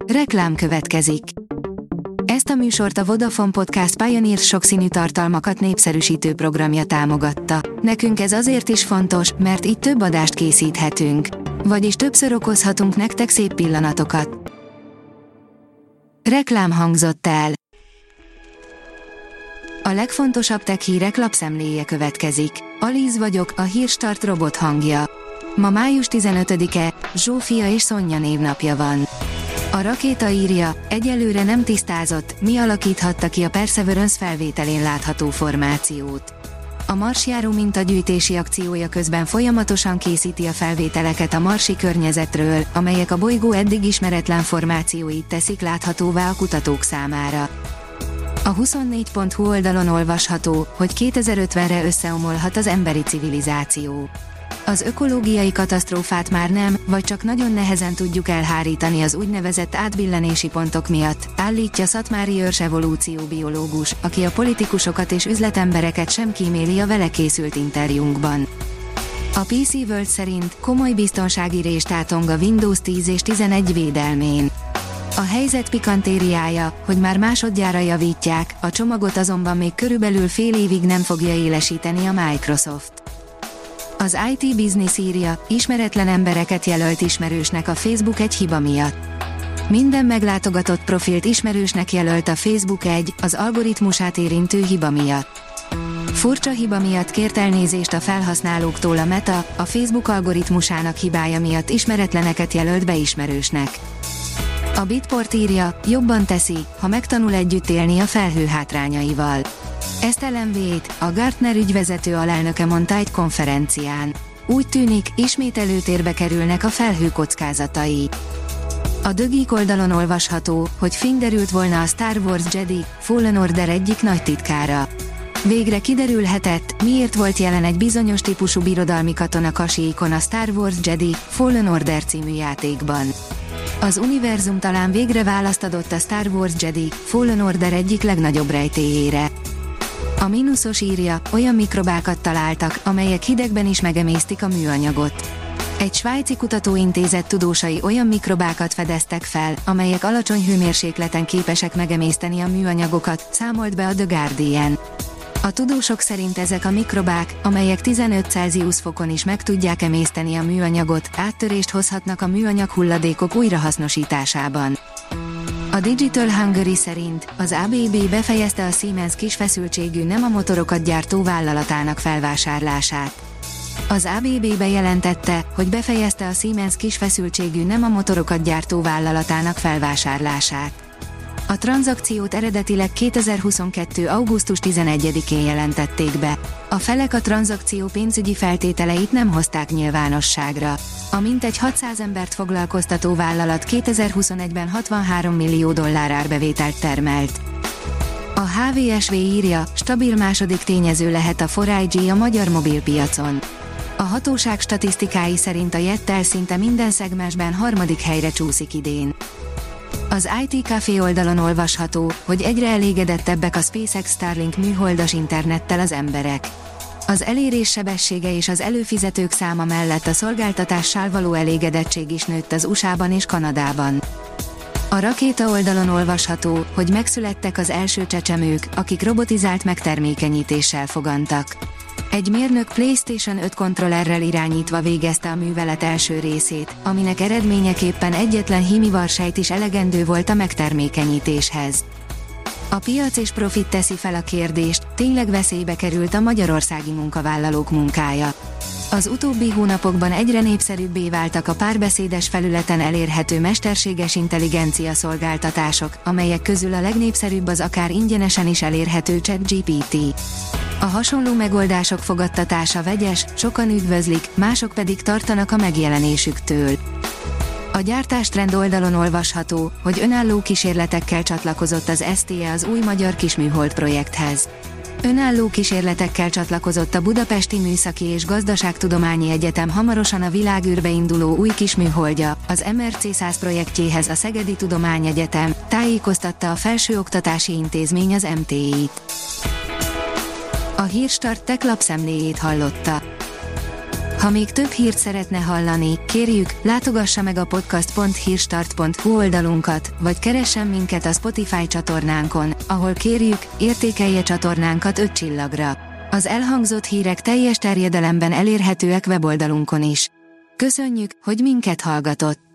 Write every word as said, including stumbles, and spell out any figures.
Reklám következik. Ezt a műsort a Vodafone Podcast Pioneer sokszínű tartalmakat népszerűsítő programja támogatta. Nekünk ez azért is fontos, mert így több adást készíthetünk. Vagyis többször okozhatunk nektek szép pillanatokat. Reklám hangzott el. A legfontosabb tech hírek lapszemléje következik. Alíz vagyok, a Hírstart robot hangja. Ma május tizenötödike, Zsófia és Szonya névnapja van. A Rakéta írja, egyelőre nem tisztázott, mi alakíthatta ki a Perseverance felvételén látható formációt. A marsjáró mintagyűjtési akciója közben folyamatosan készíti a felvételeket a marsi környezetről, amelyek a bolygó eddig ismeretlen formációit teszik láthatóvá a kutatók számára. A huszonnégy pont hu oldalon olvasható, hogy kétezer-ötvenre összeomolhat az emberi civilizáció. Az ökológiai katasztrófát már nem, vagy csak nagyon nehezen tudjuk elhárítani az úgynevezett átbillenési pontok miatt, állítja Szatmári Őrs evolúcióbiológus, aki a politikusokat és üzletembereket sem kíméli a vele készült interjúnkban. A pé cé World szerint komoly biztonsági rés tátong a Windows tíz és tizenegy védelmén. A helyzet pikantériája, hogy már másodjára javítják, a csomagot azonban még körülbelül fél évig nem fogja élesíteni a Microsoft. Az i té Business írja, ismeretlen embereket jelölt ismerősnek a Facebook egy hiba miatt. Minden meglátogatott profilt ismerősnek jelölt a Facebook egy, az algoritmusát érintő hiba miatt. Furcsa hiba miatt kért elnézést a felhasználóktól a Meta, a Facebook algoritmusának hibája miatt ismeretleneket jelölt be ismerősnek. A Bitport írja, jobban teszi, ha megtanul együtt élni a felhő hátrányaival. Ezt Ellen Wade, a Gartner ügyvezető alelnöke mondta egy konferencián. Úgy tűnik, ismét előtérbe kerülnek a felhő kockázatai. A The Geek oldalon olvasható, hogy fényderült volna a Star Wars Jedi Fallen Order egyik nagy titkára. Végre kiderülhetett, miért volt jelen egy bizonyos típusú birodalmi katona kasíikon a Star Wars Jedi Fallen Order című játékban. Az univerzum talán végre választ adott a Star Wars Jedi Fallen Order egyik legnagyobb rejtélyére. A mínuszos írja, olyan mikrobákat találtak, amelyek hidegben is megemésztik a műanyagot. Egy svájci kutatóintézet tudósai olyan mikrobákat fedeztek fel, amelyek alacsony hőmérsékleten képesek megemészteni a műanyagokat, számolt be a The Guardian. A tudósok szerint ezek a mikrobák, amelyek tizenöt Celsius fokon is meg tudják emészteni a műanyagot, áttörést hozhatnak a műanyag hulladékok újrahasznosításában. A Digital Hungary szerint az á bé bé befejezte a Siemens kisfeszültségű nem a motorokat gyártó vállalatának felvásárlását. Az á bé bé bejelentette, hogy befejezte a Siemens kisfeszültségű nem a motorokat gyártó vállalatának felvásárlását. A tranzakciót eredetileg kétezer-huszonkettő augusztus tizenegyedikén jelentették be. A felek a tranzakció pénzügyi feltételeit nem hozták nyilvánosságra. A mintegy hatszáz embert foglalkoztató vállalat kétezer-huszonegyben hatvanhárom millió dollár árbevételt termelt. A há vé es vé írja, stabil második tényező lehet a négy G a magyar mobilpiacon. A hatóság statisztikái szerint a Jettel szinte minden szegmensben harmadik helyre csúszik idén. Az i té Café oldalon olvasható, hogy egyre elégedettebbek a SpaceX Starlink műholdas internettel az emberek. Az elérés sebessége és az előfizetők száma mellett a szolgáltatással való elégedettség is nőtt az u es á-ban és Kanadában. A Rakéta oldalon olvasható, hogy megszülettek az első csecsemők, akik robotizált megtermékenyítéssel fogantak. Egy mérnök PlayStation öt kontrollerrel irányítva végezte a művelet első részét, aminek eredményeképpen egyetlen hímivarsejt is elegendő volt a megtermékenyítéshez. A piac és profit teszi fel a kérdést, tényleg veszélybe került a magyarországi munkavállalók munkája. Az utóbbi hónapokban egyre népszerűbbé váltak a párbeszédes felületen elérhető mesterséges intelligencia szolgáltatások, amelyek közül a legnépszerűbb az akár ingyenesen is elérhető ChatGPT. A hasonló megoldások fogadtatása vegyes, sokan üdvözlik, mások pedig tartanak a megjelenésüktől. A gyártástrend oldalon olvasható, hogy önálló kísérletekkel csatlakozott az es té e az új magyar kisműhold projekthez. Önálló kísérletekkel csatlakozott a Budapesti Műszaki és Gazdaságtudományi Egyetem hamarosan a világűrbe induló új kisműholdja, az em er cé száz projektjéhez a Szegedi Tudományegyetem, tájékoztatta a Felsőoktatási Intézmény az em té i-t. A Hírstart Tech lapszemléjét hallotta. Ha még több hírt szeretne hallani, kérjük, látogassa meg a podcast pont hírstart pont hu oldalunkat, vagy keressen minket a Spotify csatornánkon, ahol kérjük, értékelje csatornánkat öt csillagra. Az elhangzott hírek teljes terjedelemben elérhetőek weboldalunkon is. Köszönjük, hogy minket hallgatott!